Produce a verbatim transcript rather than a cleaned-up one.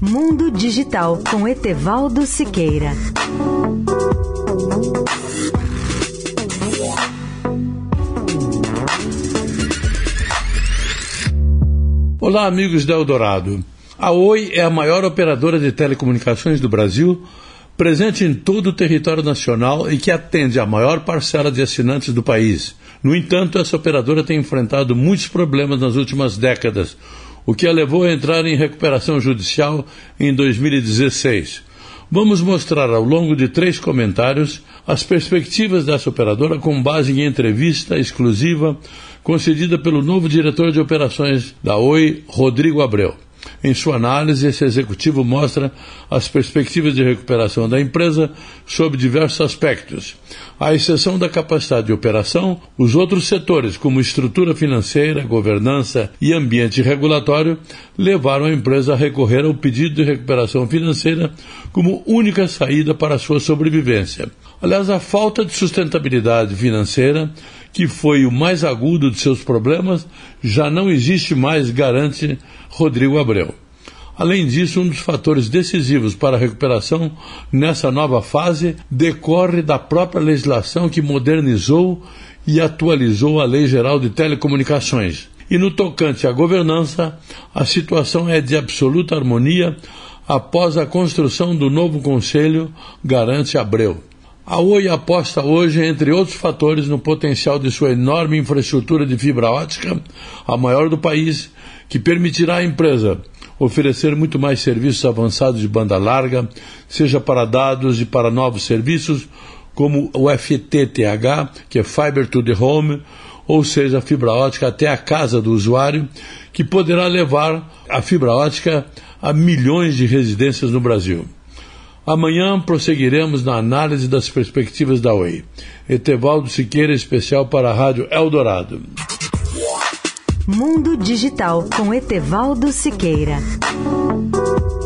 Mundo Digital com Etevaldo Siqueira. Olá, amigos da Eldorado. A Oi é a maior operadora de telecomunicações do Brasil, presente em todo o território nacional e que atende a maior parcela de assinantes do país. No entanto, essa operadora tem enfrentado muitos problemas nas últimas décadas, o que a levou a entrar em recuperação judicial em dois mil e dezesseis. Vamos mostrar ao longo de três comentários as perspectivas dessa operadora com base em entrevista exclusiva concedida pelo novo diretor de operações da Oi, Rodrigo Abreu. Em sua análise, esse executivo mostra as perspectivas de recuperação da empresa sob diversos aspectos. À exceção da capacidade de operação, os outros setores, como estrutura financeira, governança e ambiente regulatório, levaram a empresa a recorrer ao pedido de recuperação financeira como única saída para a sua sobrevivência. Aliás, a falta de sustentabilidade financeira, que foi o mais agudo de seus problemas, já não existe mais, garante Rodrigo Abreu. Além disso, um dos fatores decisivos para a recuperação nessa nova fase decorre da própria legislação que modernizou e atualizou a Lei Geral de Telecomunicações. E no tocante à governança, a situação é de absoluta harmonia após a construção do novo Conselho, garante Abreu. A Oi aposta hoje, entre outros fatores, no potencial de sua enorme infraestrutura de fibra ótica, a maior do país, que permitirá à empresa oferecer muito mais serviços avançados de banda larga, seja para dados e para novos serviços, como o F T T H, que é Fiber to the Home, ou seja, a fibra ótica até a casa do usuário, que poderá levar a fibra ótica a milhões de residências no Brasil. Amanhã prosseguiremos na análise das perspectivas da Oi. Etevaldo Siqueira, especial para a Rádio Eldorado. Mundo Digital com Etevaldo Siqueira.